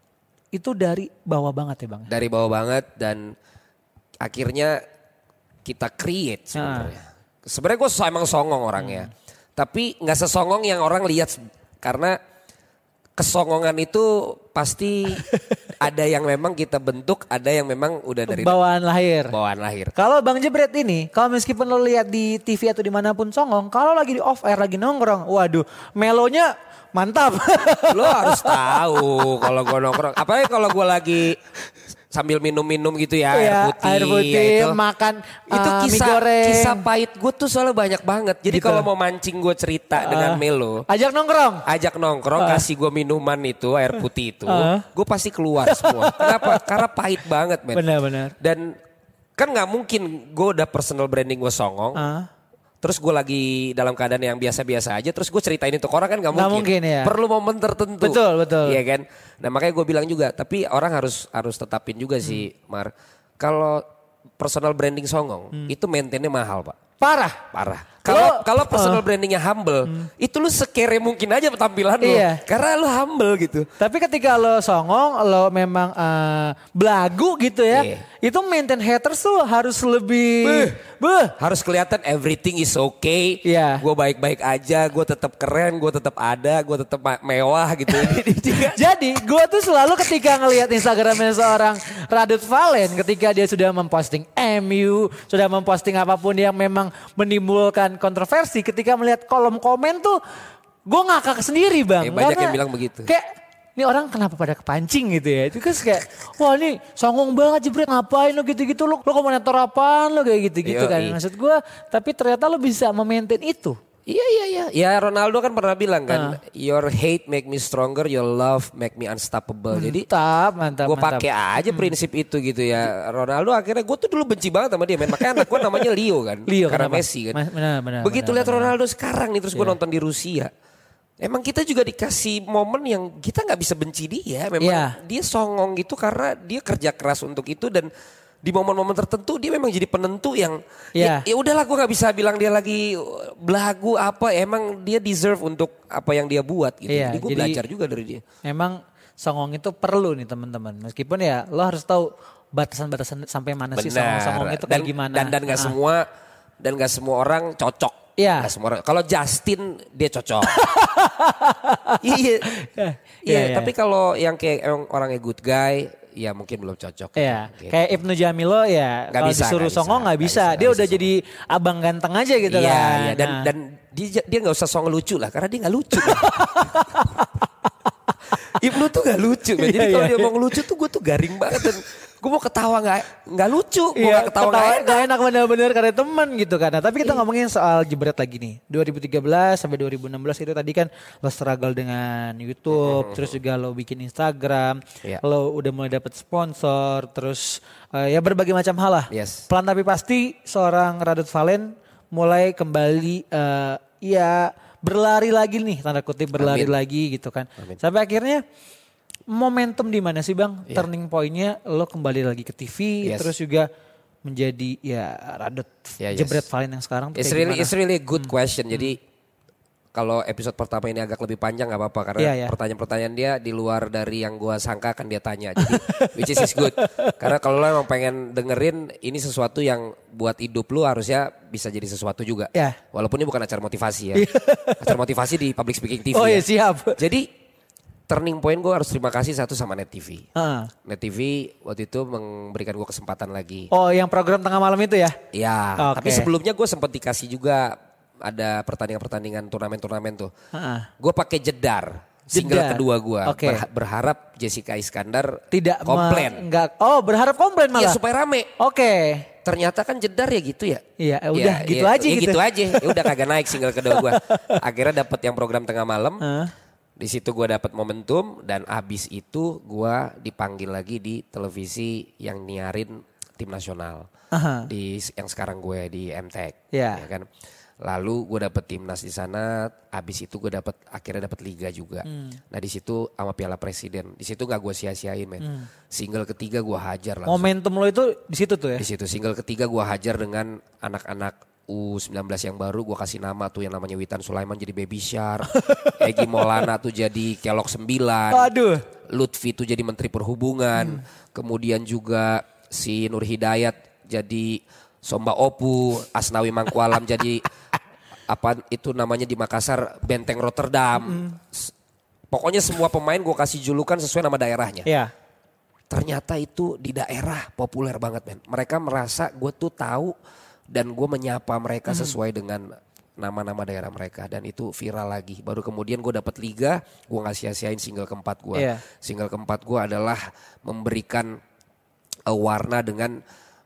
S2: itu dari bawah banget ya Bang.
S3: Dari bawah banget dan akhirnya kita create sebenarnya. Sebenarnya gue emang songong orangnya, tapi nggak sesongong yang orang lihat karena kesongongan itu pasti ada yang memang kita bentuk, ada yang memang udah dari
S2: Bawaan lahir.
S3: bawaan lahir.
S2: Kalau Bang Jebret ini, kalau meskipun lo lihat di T V atau dimanapun songong, kalau lagi di off air, lagi nongkrong, waduh melonya mantap.
S3: Lo harus tahu kalau gue nongkrong, apalagi kalau gue lagi sambil minum-minum gitu ya, air
S2: Iya,
S3: putih,
S2: air putih,
S3: ya itu.
S2: makan
S3: Itu
S2: uh, mie
S3: kisah
S2: goreng.
S3: kisah pahit gue tuh soalnya banyak banget. Jadi
S2: Gitu.
S3: kalau mau mancing gue cerita dengan
S2: Ah.
S3: Melo,
S2: Ajak nongkrong.
S3: ajak nongkrong,
S2: Ah.
S3: kasih gue minuman itu, air putih itu,
S2: Ah.
S3: gue pasti keluar semua. Kenapa? Karena pahit banget, men.
S2: Benar-benar.
S3: Dan kan nggak mungkin gue udah personal branding gue songong,
S2: Ah.
S3: terus gue lagi dalam keadaan yang biasa-biasa aja, terus gue ceritain itu ke orang kan nggak
S2: Nggak
S3: mungkin.
S2: mungkin, ya.
S3: Perlu momen tertentu.
S2: Betul, betul.
S3: Iya kan. Nah makanya gue bilang juga, tapi orang harus harus tetapin juga sih,
S2: Hmm.
S3: Mar. Kalau personal branding songong, itu maintainnya mahal, Pak.
S2: Parah.
S3: Parah. Kalau
S2: Lo-
S3: kalau personal
S2: uh.
S3: brandingnya humble, itu lu sekere mungkin aja tampilan lu.
S2: Iya.
S3: Karena lu humble gitu.
S2: Tapi ketika lo songong, lo memang eh, belagu gitu ya.
S3: Iya.
S2: Itu maintain haters tuh harus lebih.
S3: Beuh.
S2: Beuh.
S3: Harus kelihatan everything is okay.
S2: Iya.
S3: Gue baik-baik aja, gue tetap keren, gue tetap ada, gue tetap ma- mewah gitu.
S2: Jadi gue tuh selalu ketika ngelihat Instagramnya seorang Radut Valen, ketika dia sudah memposting M U, sudah memposting apapun yang memang menimbulkan kontroversi, ketika melihat kolom komen tuh gue ngakak sendiri Bang.
S3: Eh, banyak
S2: Karena
S3: yang bilang begitu.
S2: Kayak ini orang kenapa pada kepancing gitu ya. Itu kan kayak wah ini songong banget Jebret, ngapain lo gitu-gitu, lo, lo komentar apaan lo kayak gitu-gitu
S3: Yoi.
S2: kan. Maksud gue tapi ternyata lo bisa memaintain itu.
S3: Iya iya iya. Ya Ronaldo kan pernah bilang kan,
S2: Ah.
S3: your hate make me stronger, your love make me unstoppable. Jadi
S2: Mantap, mantap,
S3: gue
S2: mantap.
S3: pakai aja prinsip itu gitu ya. Ronaldo akhirnya gue tuh dulu benci banget sama dia, men. Makanya anak gue namanya Leo kan,
S2: Leo,
S3: karena
S2: kenapa?
S3: Messi kan.
S2: Mas- benar, benar,
S3: Begitu
S2: benar,
S3: lihat
S2: benar.
S3: Ronaldo sekarang nih, terus gue
S2: Iya.
S3: nonton di Rusia. Emang kita juga dikasih momen yang kita nggak bisa benci dia. Memang
S2: Iya.
S3: dia songong gitu karena dia kerja keras untuk itu dan di momen-momen tertentu dia memang jadi penentu yang
S2: Iya.
S3: ya, ya udahlah gue nggak bisa bilang dia lagi belagu apa, emang dia deserve untuk apa yang dia buat gitu.
S2: Iya,
S3: jadi gue
S2: jadi-
S3: belajar juga dari dia.
S2: Memang songong itu perlu nih teman-teman. Meskipun ya lo harus tahu batasan-batasan sampai mana sih songong-songong itu kayak
S3: dan,
S2: gimana.
S3: Dan dan nggak
S2: Ah.
S3: semua dan nggak semua orang cocok.
S2: Iya.
S3: Nggak semua orang. Kalau Justin dia cocok. Iya.
S2: Iya,
S3: Iya.
S2: iya.
S3: Tapi kalau yang kayak emang orangnya good guy, ya mungkin belum cocok.
S2: Iya,
S3: gitu.
S2: kayak Ibnu Jamilo ya
S3: Gak
S2: kalau
S3: bisa,
S2: disuruh
S3: gak
S2: songo
S3: bisa,
S2: nggak
S3: gak
S2: bisa.
S3: bisa,
S2: Dia
S3: gak
S2: udah
S3: bisa
S2: jadi abang ganteng aja gitu
S3: Iya,
S2: kan.
S3: iya. Dan
S2: Nah.
S3: dan dia dia nggak usah songo lucu lah, karena dia nggak lucu. Ibnu tuh nggak lucu, men. Jadi
S2: Iya,
S3: kalau
S2: iya,
S3: dia
S2: iya.
S3: mau ngelucu tuh gue tuh garing banget dan gue mau ketawa nggak nggak lucu, mau
S2: Iya,
S3: nggak ketawa nggak enak.
S2: nggak enak bener-bener karena teman gitu kan. Nah, tapi kita ngomongin soal jebret lagi nih. dua ribu tiga belas sampai dua ribu enam belas itu tadi kan lo struggle dengan YouTube, terus juga lo bikin Instagram,
S3: Iya.
S2: lo udah mulai dapet sponsor, terus eh, ya berbagai macam hal lah.
S3: Yes.
S2: Pelan tapi pasti seorang Radot Valen mulai kembali eh, ya berlari lagi nih, tanda kutip berlari
S3: Amin.
S2: lagi gitu kan.
S3: Amin.
S2: Sampai akhirnya momentum di mana sih Bang?
S3: Iya.
S2: Turning point-nya lo kembali lagi ke T V,
S3: Yes.
S2: terus juga menjadi ya Radot
S3: Yeah, yes.
S2: jebret Valen yang sekarang tuh
S3: It's
S2: kayak
S3: really
S2: gimana?
S3: it's really a good question. Jadi kalau episode pertama ini agak lebih panjang nggak apa-apa karena
S2: Iya, iya.
S3: pertanyaan-pertanyaan dia di luar dari yang gua sangka akan dia tanya. Jadi which is, is good. Karena kalau lo emang pengen dengerin ini sesuatu yang buat hidup lu harusnya bisa jadi sesuatu juga.
S2: Iya.
S3: Walaupun ini bukan acara motivasi ya. Acara motivasi di Public Speaking T V.
S2: Oh
S3: ya.
S2: iya siap.
S3: Jadi turning point gue harus terima kasih satu sama Net T V.
S2: Heeh.
S3: Net T V waktu itu memberikan gue kesempatan lagi.
S2: Oh yang program tengah malam itu ya?
S3: Ya,
S2: Oke.
S3: tapi sebelumnya gue sempat dikasih juga ada pertandingan-pertandingan turnamen-turnamen tuh.
S2: Heeh.
S3: Gue pakai jedar, single
S2: Jedar.
S3: kedua gue.
S2: Oke.
S3: Berharap Jessica Iskandar
S2: Tidak
S3: komplain.
S2: me- enggak. Oh berharap komplain
S3: Iya
S2: malah.
S3: supaya rame.
S2: Oke.
S3: Ternyata kan jedar ya gitu ya.
S2: Iya, udah gitu
S3: ya,
S2: aja
S3: ya
S2: gitu.
S3: gitu aja. Ya udah kagak naik single kedua gue. Akhirnya dapet yang program tengah malam.
S2: Heeh.
S3: Di situ gue dapet momentum dan abis itu gue dipanggil lagi di televisi yang nyiarin tim nasional.
S2: Aha.
S3: Di yang sekarang gue di M Tech.
S2: Iya.
S3: Ya kan. Lalu gue dapet timnas di sana, abis itu gue dapet akhirnya dapet liga juga.
S2: Hmm.
S3: Nah di situ sama Piala Presiden, di situ nggak gue sia-siain men. Single ketiga gue hajar langsung.
S2: Momentum lo itu di situ tuh ya?
S3: Di situ single ketiga gue hajar dengan anak-anak U sembilan belas yang baru, gue kasih nama tuh yang namanya Witan Sulaiman jadi Baby Shark, Egi Maulana tuh jadi Kelok sembilan,
S2: Aduh.
S3: Lutfi tuh jadi Menteri Perhubungan, kemudian juga si Nur Hidayat jadi Somba Opu, Asnawi Mangkualam jadi apa itu namanya di Makassar Benteng Rotterdam. S- Pokoknya semua pemain gue kasih julukan sesuai nama daerahnya.
S2: Iya.
S3: Ternyata itu di daerah populer banget men. Mereka merasa gue tuh tahu dan gue menyapa mereka sesuai dengan nama-nama daerah mereka. Dan itu viral lagi. Baru kemudian gue dapet liga, gue gak sia-siain single keempat gue.
S2: Iya.
S3: Single keempat gue adalah memberikan uh, warna dengan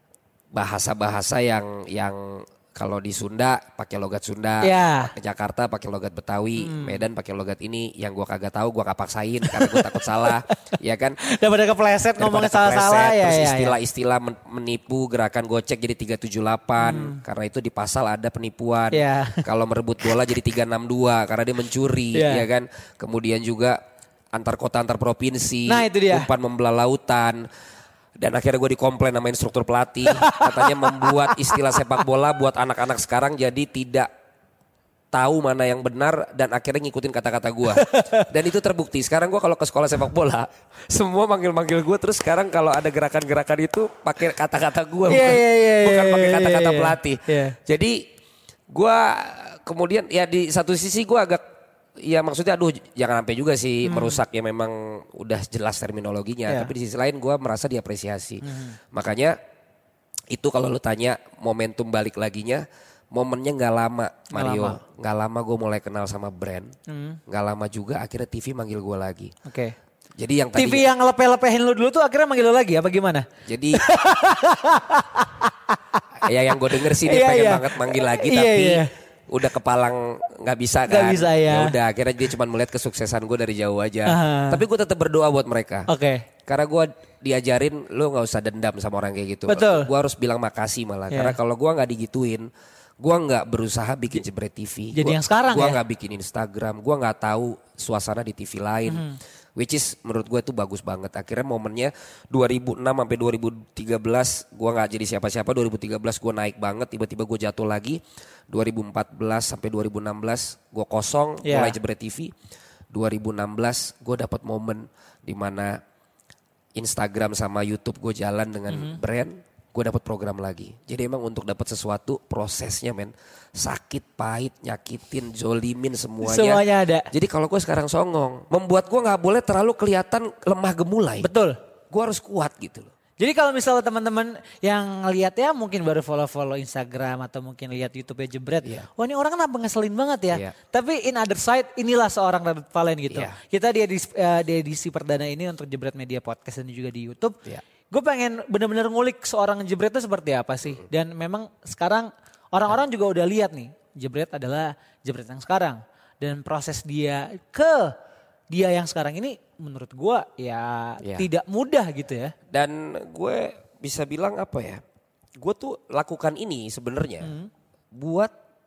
S3: bahasa-bahasa yang yang kalau di Sunda pakai logat Sunda,
S2: Iya.
S3: ke Jakarta pakai logat Betawi, Medan pakai logat ini yang gua kagak tahu gua gak paksain karena gua takut salah, ya kan?
S2: Daripada kepleset ngomongnya
S3: Daripada
S2: salah-salah
S3: kepleset,
S2: ya.
S3: terus
S2: ya, ya.
S3: istilah-istilah men- menipu gerakan gocek jadi tiga tujuh delapan karena itu di pasal ada penipuan.
S2: Iya.
S3: Kalau merebut bola jadi tiga enam dua karena dia mencuri,
S2: Iya.
S3: ya kan? Kemudian juga antar kota antar provinsi,
S2: Nah, itu dia.
S3: umpan membelah lautan. Dan akhirnya gue dikomplain sama instruktur pelatih. Katanya membuat istilah sepak bola buat anak-anak sekarang jadi tidak tahu mana yang benar dan akhirnya ngikutin kata-kata gue. Dan itu terbukti. Sekarang gue kalau ke sekolah sepak bola, semua manggil-manggil gue. Terus sekarang kalau ada gerakan-gerakan itu pakai kata-kata gue,
S2: Iya,
S3: bukan,
S2: iya, iya,
S3: bukan
S2: iya,
S3: pakai
S2: iya,
S3: kata-kata
S2: iya.
S3: pelatih.
S2: Iya.
S3: Jadi gue kemudian ya di satu sisi gue agak ya maksudnya aduh jangan sampai juga sih merusak ya memang udah jelas terminologinya.
S2: Iya.
S3: Tapi di sisi lain gue merasa diapresiasi. Makanya itu kalau lu tanya momentum balik laginya, momennya nggak lama Mario. Nggak lama, gue mulai kenal sama brand. Nggak lama juga akhirnya T V manggil gue lagi.
S2: Oke.
S3: Jadi yang
S2: T V
S3: tadi
S2: yang lepeh-lepehin lu dulu tuh akhirnya manggil lu lagi apa gimana?
S3: jadi ya yang gue denger sih dia
S2: Iya,
S3: pengen
S2: iya.
S3: banget manggil lagi
S2: Iya,
S3: tapi
S2: iya.
S3: udah kepalang nggak bisa kan.
S2: Nggak bisa, ya.
S3: udah akhirnya dia cuma melihat kesuksesan gue dari jauh aja.
S2: Aha.
S3: Tapi gue tetap berdoa buat mereka.
S2: Oke.
S3: Karena gue diajarin lu nggak usah dendam sama orang kayak gitu.
S2: Betul.
S3: Gue harus bilang makasih malah.
S2: Iya.
S3: Karena kalau gue nggak digituin, gue nggak berusaha bikin Jebret T V.
S2: Jadi
S3: Gua-
S2: yang sekarang
S3: Gue
S2: ya?
S3: nggak bikin Instagram. Gue nggak tahu suasana di T V lain.
S2: Mhm.
S3: Which is menurut gue itu bagus banget. Akhirnya momennya dua ribu enam sampai dua ribu tiga belas gue nggak jadi siapa-siapa. dua ribu tiga belas gue naik banget. Tiba-tiba gue jatuh lagi. dua ribu empat belas sampai dua ribu enam belas gue kosong.
S2: Iya.
S3: Mulai Jebret T V. dua ribu enam belas gue dapat momen dimana Instagram sama YouTube gue jalan dengan
S2: Mhm.
S3: brand, gue dapat program lagi. Jadi emang untuk dapat sesuatu prosesnya men, sakit, pahit, nyakitin, jolimin semuanya.
S2: Semuanya ada.
S3: Jadi kalau gue sekarang songong, membuat gue nggak boleh terlalu kelihatan lemah gemulai.
S2: Betul.
S3: gue harus kuat gitu loh.
S2: Jadi kalau misalnya teman-teman yang lihat ya mungkin baru follow-follow Instagram atau mungkin lihat YouTube-nya Jebret.
S3: Yeah.
S2: Wah ini orang kenapa ngeselin banget ya.
S3: Yeah.
S2: Tapi in other side inilah seorang Radit Valen gitu.
S3: Yeah.
S2: Kita di edisi, uh, di edisi perdana ini untuk Jebret Media Podcast dan juga di YouTube.
S3: Yeah.
S2: Gue pengen bener-bener ngulik seorang Jebret itu seperti apa sih. Mm. Dan memang sekarang orang-orang yeah. juga udah lihat nih. Jebret adalah Jebret yang sekarang. Dan proses dia ke dia yang sekarang ini menurut gue ya, ya tidak mudah gitu ya.
S3: Dan gue bisa bilang apa ya, gue tuh lakukan ini sebenarnya hmm. buat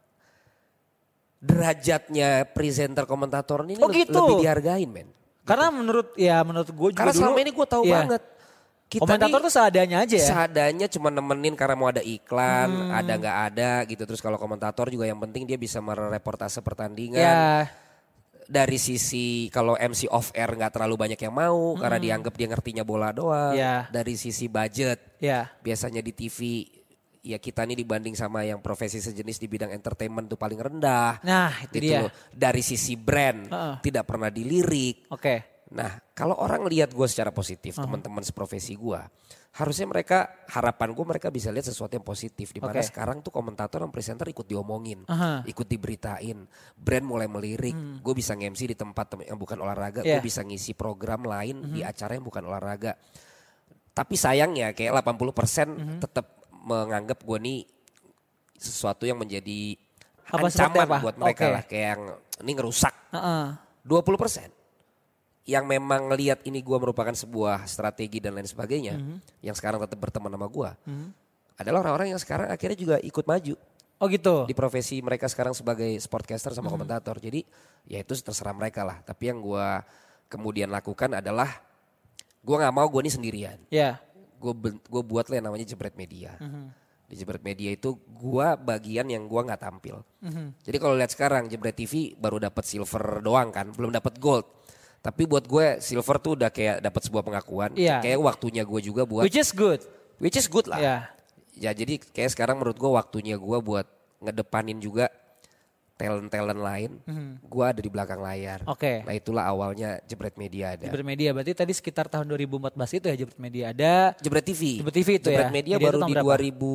S3: derajatnya presenter komentator ini
S2: oh, gitu.
S3: lebih dihargain men.
S2: Karena
S3: gitu.
S2: menurut ya menurut gue juga
S3: karena
S2: dulu.
S3: Karena selama ini gue tahu ya, banget. Kita
S2: komentator tuh seadanya aja ya.
S3: Seadanya cuma nemenin karena mau ada iklan, hmm. ada nggak ada gitu. Terus kalau komentator juga yang penting dia bisa mereportase pertandingan. Ya. Dari sisi kalau M C off air nggak terlalu banyak yang mau hmm. karena dianggap dia ngertinya bola doang.
S2: Yeah.
S3: Dari sisi budget,
S2: yeah.
S3: biasanya di T V ya kita nih dibanding sama yang profesi sejenis di bidang entertainment tuh paling rendah.
S2: Nah itu
S3: gitu
S2: dia.
S3: Loh. Dari sisi brand uh-uh. tidak pernah dilirik.
S2: Oke. Okay.
S3: Nah kalau orang lihat gue secara positif, uh-huh. teman-teman seprofesi gue, harusnya mereka harapan gue mereka bisa lihat sesuatu yang positif. Dimana okay. sekarang tuh komentator dan presenter ikut diomongin, uh-huh. ikut diberitain, brand mulai melirik. Hmm. Gue bisa nge-M C di tempat yang bukan olahraga, yeah. gue bisa ngisi program lain uh-huh. di acara yang bukan olahraga. Tapi sayangnya kayak delapan puluh persen uh-huh. tetap menganggap gue nih sesuatu yang menjadi apa, ancaman buat mereka okay. lah, kayak yang ini ngerusak. Uh-uh. dua puluh persen yang memang ngelihat ini gue merupakan sebuah strategi dan lain sebagainya, mm-hmm. yang sekarang tetap berteman sama gue, mm-hmm. adalah orang-orang yang sekarang akhirnya juga ikut maju.
S2: Oh gitu.
S3: Di profesi mereka sekarang sebagai sportcaster sama mm-hmm. komentator. Jadi ya itu terserah mereka lah. Tapi yang gue kemudian lakukan adalah gue nggak mau gue ini sendirian.
S2: Iya. Yeah.
S3: Gue gue buat lah yang namanya Jebret Media. Mm-hmm. Di Jebret Media itu gue bagian yang gue nggak tampil. Mm-hmm. Jadi kalau lihat sekarang Jebret T V baru dapat silver doang kan, belum dapat gold. Tapi buat gue silver tuh udah kayak dapat sebuah pengakuan.
S2: Yeah.
S3: Kayak waktunya gue juga buat.
S2: Which is good.
S3: Which is good lah.
S2: Yeah.
S3: Ya jadi kayak sekarang menurut gue waktunya gue buat ngedepanin juga talent-talent lain. Mm-hmm. Gue ada di belakang layar.
S2: Oke. Okay.
S3: Nah itulah awalnya Jebret Media ada.
S2: Jebret Media berarti tadi sekitar tahun dua ribu empat belas itu ya Jebret Media ada.
S3: Jebret T V.
S2: Jebret T V itu
S3: Jebret
S2: ya.
S3: Media
S2: Media
S3: baru di dua ribu.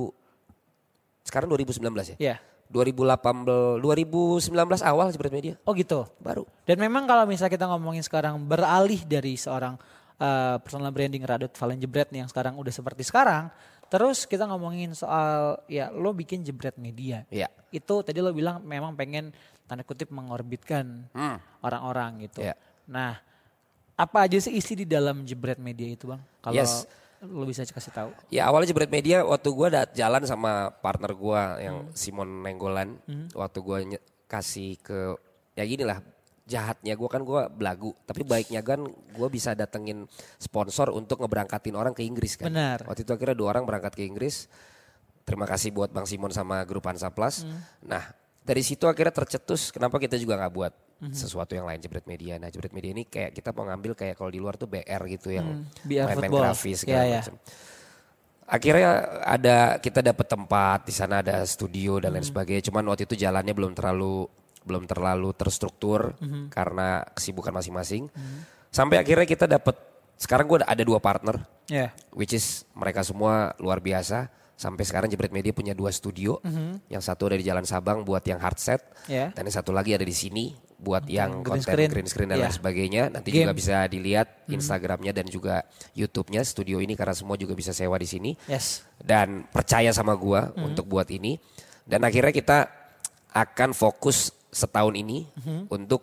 S3: Sekarang dua ribu sembilan belas ya?
S2: Iya. Yeah.
S3: dua ribu delapan belas, dua ribu sembilan belas awal Jebret Media.
S2: Oh gitu.
S3: Baru.
S2: Dan memang kalau misalnya kita ngomongin sekarang beralih dari seorang uh, personal branding Radit Valen Jebret nih yang sekarang udah seperti sekarang. Terus kita ngomongin soal ya lo bikin Jebret Media.
S3: Iya.
S2: Itu tadi lo bilang memang pengen tanda kutip mengorbitkan hmm. orang-orang gitu.
S3: Iya.
S2: Nah apa aja sih isi di dalam Jebret Media itu bang? Kalau
S3: yes.
S2: lo bisa kasih tahu?
S3: Ya awalnya Jebret Media waktu gue jalan sama partner gue yang hmm. Simon Nenggolan. Hmm. Waktu gue ny- kasih ke ya gini lah jahatnya gue kan gue belagu. Tapi baiknya kan gue bisa datengin sponsor untuk ngeberangkatin orang ke Inggris kan.
S2: Benar.
S3: Waktu itu akhirnya dua orang berangkat ke Inggris. Terima kasih buat Bang Simon sama grup Hansa Plus. Hmm. Nah dari situ akhirnya tercetus kenapa kita juga gak buat mm-hmm. sesuatu yang lain Jebret Media. Nah Jebret Media ini kayak kita mau ngambil kayak kalau di luar tuh B R gitu yang
S2: mm, B R
S3: main-main
S2: football.
S3: grafis segala
S2: yeah,
S3: macam. Yeah. Akhirnya ada kita dapat tempat di sana ada studio dan mm. lain sebagainya. Cuman waktu itu jalannya belum terlalu belum terlalu terstruktur mm-hmm. karena kesibukan masing-masing. Mm. Sampai akhirnya kita dapat sekarang gue ada dua partner, yeah. which is mereka semua luar biasa. Sampai sekarang Jebret Media punya dua studio, mm-hmm. yang satu ada di Jalan Sabang buat yang hard set, yeah. dan yang satu lagi ada di sini buat mm-hmm. yang
S2: green
S3: konten
S2: screen.
S3: green screen dan yeah. lain sebagainya. Nanti Game. juga bisa dilihat mm-hmm. Instagramnya dan juga YouTube-nya studio ini karena semua juga bisa sewa di sini.
S2: Yes.
S3: Dan percaya sama gua mm-hmm. untuk buat ini. Dan akhirnya kita akan fokus setahun ini mm-hmm. untuk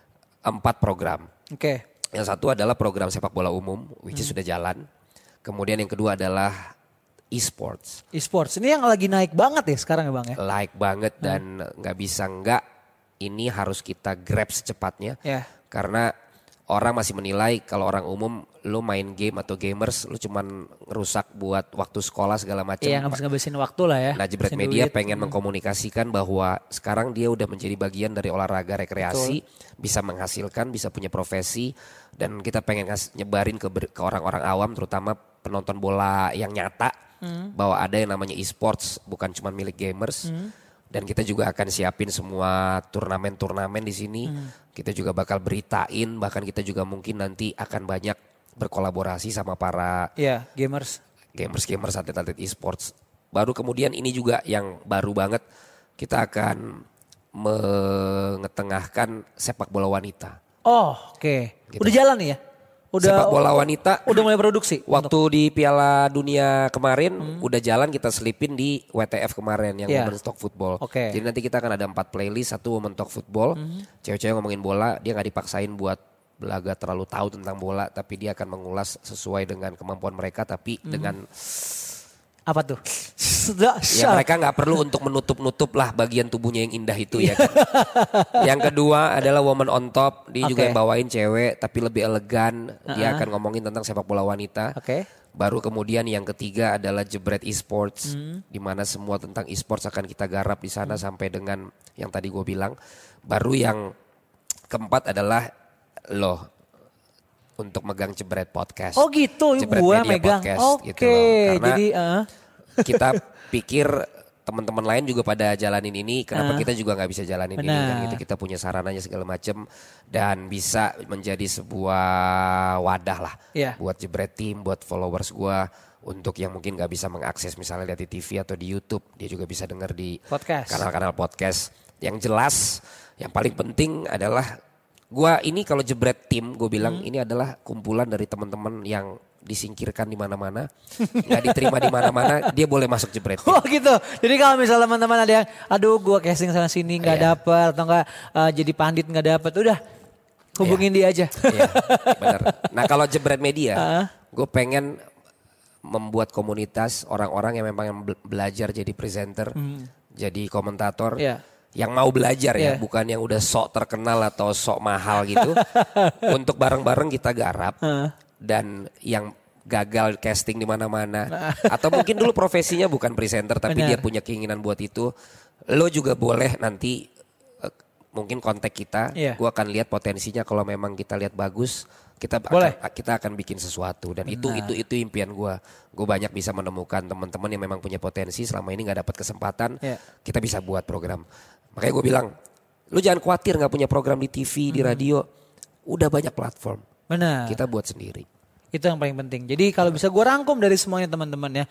S3: empat program.
S2: Oke. Okay.
S3: Yang satu adalah program sepak bola umum, which mm-hmm. is sudah jalan. Kemudian yang kedua adalah e-sports.
S2: E-sports ini yang lagi naik banget ya sekarang ya bang ya?
S3: Naik banget dan nggak hmm. bisa nggak ini harus kita grab secepatnya. Yeah. Karena orang masih menilai kalau orang umum lu main game atau gamers lu cuman ngerusak buat waktu sekolah segala macam.
S2: Iya nggak bisa ngabisin waktu lah ya.
S3: Nah Jebret Media duit. pengen hmm. mengkomunikasikan bahwa sekarang dia udah menjadi bagian dari olahraga rekreasi. Betul. Bisa menghasilkan, bisa punya profesi. Dan kita pengen ngas- nyebarin ke, ber- ke orang-orang awam terutama penonton bola yang nyata. Hmm. Bahwa ada yang namanya e-sports bukan cuma milik gamers hmm. dan kita juga akan siapin semua turnamen-turnamen di sini. Hmm. Kita juga bakal beritain bahkan kita juga mungkin nanti akan banyak berkolaborasi sama para
S2: Iya, gamers.
S3: gamers-gamers, atlet-atlet e-sports. Baru kemudian ini juga yang baru banget, kita akan mengetengahkan sepak bola wanita.
S2: Oh, oke. Okay.
S3: Gitu.
S2: Udah jalan nih ya? Udah,
S3: sepak bola wanita
S2: udah mulai produksi.
S3: Waktu
S2: untuk...
S3: di Piala Dunia kemarin hmm. udah jalan, kita selipin di W T F kemarin yang
S2: yeah.
S3: Women's Talk Football.
S2: Okay.
S3: Jadi nanti kita akan ada empat playlist, satu Women's Talk Football, hmm. cewek-cewek ngomongin bola, dia nggak dipaksain buat belaga terlalu tahu tentang bola, tapi dia akan mengulas sesuai dengan kemampuan mereka, tapi hmm. dengan
S2: apa tuh?
S3: Ya mereka nggak perlu untuk menutup-nutup lah bagian tubuhnya yang indah itu ya kan. Yang kedua adalah Woman on Top, dia okay. juga yang bawain cewek tapi lebih elegan. Uh-huh. Dia akan ngomongin tentang sepak bola wanita.
S2: Okay.
S3: Baru kemudian yang ketiga adalah Jebret Esports, hmm. di mana semua tentang esports akan kita garap di sana hmm. sampai dengan yang tadi gue bilang. Baru yang keempat adalah loh, untuk megang Jebret Podcast.
S2: Oh gitu, gue megang. Oke, okay. gitu
S3: Karena
S2: jadi uh.
S3: kita pikir teman-teman lain juga pada jalanin ini, kenapa uh. kita juga nggak bisa jalanin Benar. ini kan gitu. Kita punya sarananya segala macam dan bisa menjadi sebuah wadah lah yeah. buat Jebret Team, buat followers gue untuk yang mungkin nggak bisa mengakses misalnya lihat di T V atau di YouTube, dia juga bisa dengar di
S2: podcast.
S3: kanal-kanal podcast. Yang jelas, yang paling penting adalah gua ini kalau Jebret Tim, gue bilang hmm. ini adalah kumpulan dari teman-teman yang disingkirkan di mana-mana, nggak diterima di mana-mana, dia boleh masuk Jebret Tim.
S2: Oh gitu. Jadi kalau misalnya teman-teman ada yang, aduh gue casting sana sini nggak yeah. dapet atau nggak uh, jadi pandit nggak dapet, udah hubungin yeah. dia aja. Iya, benar. Nah kalau Jebret Media, uh-huh. gue pengen membuat komunitas orang-orang yang memang belajar jadi presenter, hmm. jadi komentator. Yeah. Yang mau belajar ya, yeah. bukan yang udah sok terkenal atau sok mahal gitu. Untuk bareng-bareng kita garap. Uh. Dan yang gagal casting di mana-mana. Atau mungkin dulu profesinya bukan presenter tapi Benar. dia punya keinginan buat itu. Lo juga boleh nanti uh, mungkin kontak kita. Yeah. Gue akan lihat potensinya, kalau memang kita lihat bagus, kita akan, kita akan bikin sesuatu. Dan itu itu itu impian gue. Gue banyak bisa menemukan teman-teman yang memang punya potensi, selama ini gak dapat kesempatan. Yeah. Kita bisa buat program. Makanya gue bilang, lu jangan khawatir gak punya program di T V, hmm. di radio. Udah banyak platform. Benar.
S3: Kita buat sendiri.
S2: Itu yang paling penting. Jadi kalau bisa gue rangkum dari semuanya teman-teman ya.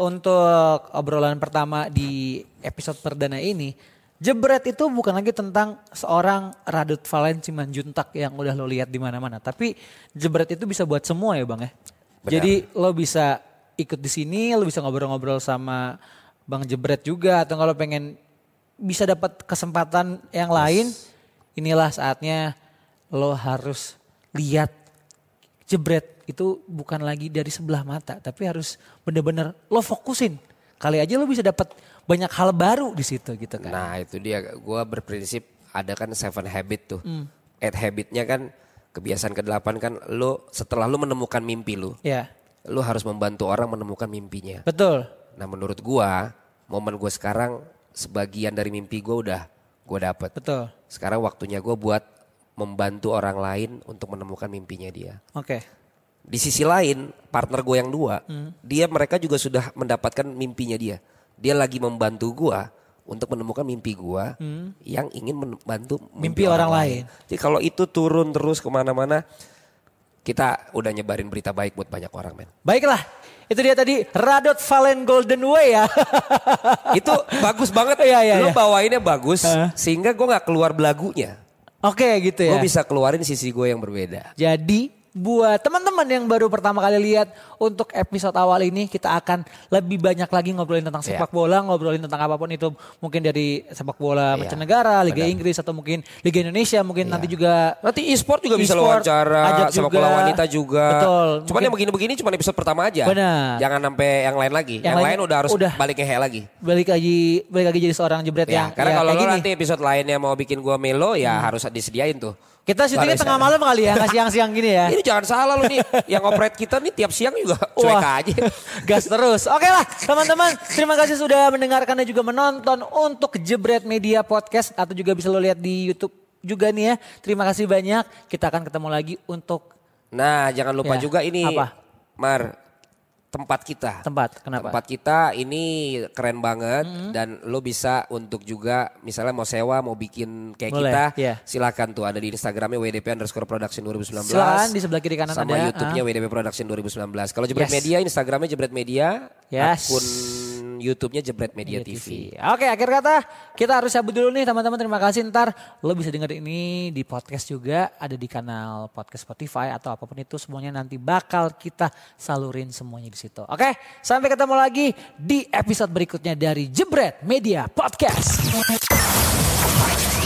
S2: Untuk obrolan pertama di episode perdana ini. Jebret itu bukan lagi tentang seorang Radut Valen Simanjuntak yang udah lo lihat di mana-mana. Tapi Jebret itu bisa buat semua ya Bang ya. Benar. Jadi lo bisa ikut di sini, lo bisa ngobrol-ngobrol sama Bang Jebret juga. Atau kalau pengen bisa dapat kesempatan yang lain, inilah saatnya lo harus lihat Jebret itu bukan lagi dari sebelah mata, tapi harus benar-benar lo fokusin. Kali aja lo bisa dapat banyak hal baru di situ gitu kan.
S3: Nah itu dia, gue berprinsip ada kan seven habit tuh. Hmm. Eight habitnya kan kebiasaan kedelapan kan, lo setelah lo menemukan mimpi lo, yeah. lo harus membantu orang menemukan mimpinya.
S2: Betul.
S3: Nah menurut gue, momen gue sekarang sebagian dari mimpi gue udah gue dapet.
S2: Betul.
S3: Sekarang waktunya gue buat membantu orang lain untuk menemukan mimpinya dia.
S2: Oke. Okay.
S3: Di sisi lain partner gue yang dua, hmm. dia mereka juga sudah mendapatkan mimpinya dia. Dia lagi membantu gue untuk menemukan mimpi gue hmm. yang ingin membantu mimpi,
S2: mimpi orang, orang lain. lain.
S3: Jadi kalau itu turun terus kemana-mana, kita udah nyebarin berita baik buat banyak orang, men.
S2: Baiklah. Itu dia tadi Radut Valen Golden Way ya.
S3: Itu bagus banget.
S2: Iya, iya,
S3: Lo
S2: iya.
S3: bawainnya bagus uh. sehingga gue gak keluar belagunya.
S2: Oke okay, gitu ya.
S3: Gue bisa keluarin sisi gue yang berbeda.
S2: Jadi buat teman-teman yang baru pertama kali lihat, untuk episode awal ini kita akan lebih banyak lagi ngobrolin tentang sepak yeah. bola, ngobrolin tentang apapun itu, mungkin dari sepak bola yeah. mancanegara, Liga Benar. Inggris atau mungkin Liga Indonesia, mungkin yeah. nanti juga
S3: nanti e-sport juga e-sport, bisa lo wawancara, sepak bola wanita juga.
S2: Betul.
S3: Cuman mungkin, yang begini-begini cuma episode pertama aja.
S2: Benar.
S3: Jangan sampai yang lain lagi. Yang, yang lain udah harus udah balik ngehe lagi.
S2: Balik lagi balik lagi jadi seorang Jebret
S3: ya,
S2: yang
S3: karena
S2: ya,
S3: kalau lo
S2: gini.
S3: nanti episode lainnya mau bikin gua melo ya hmm. harus disediain tuh.
S2: Kita syutingnya tengah malam kali ya, nggak siang-siang gini ya.
S3: Ini jangan salah lo nih, yang operate kita nih tiap siang juga cuek aja.
S2: Gas terus. Oke lah teman-teman, terima kasih sudah mendengarkan dan juga menonton untuk Jebret Media Podcast. Atau juga bisa lo lihat di YouTube juga nih ya. Terima kasih banyak, kita akan ketemu lagi untuk.
S3: Nah jangan lupa ya, juga ini,
S2: apa?
S3: Mar, tempat kita.
S2: Tempat, kenapa?
S3: Tempat kita ini keren banget mm-hmm. dan lo bisa untuk juga misalnya mau sewa, mau bikin kayak
S2: Boleh,
S3: kita,
S2: yeah.
S3: silakan tuh ada di Instagramnya W D P underscore production dua ribu sembilan belas.
S2: Silakan di sebelah kiri kanan
S3: sama
S2: ada.
S3: Sama YouTube-nya
S2: uh.
S3: W D P production dua ribu sembilan belas. Kalau Jebret
S2: Yes.
S3: Media, Instagramnya Jebret Media,
S2: yes.
S3: akun YouTube-nya Jebret Media, Media T V. T V.
S2: Oke, akhir kata kita harus cabut dulu nih teman-teman. Terima kasih. Ntar lo bisa denger ini di podcast juga, ada di kanal podcast Spotify atau apapun itu, semuanya nanti bakal kita salurin semuanya di situ. Oke, sampai ketemu lagi di episode berikutnya dari Jebret Media Podcast.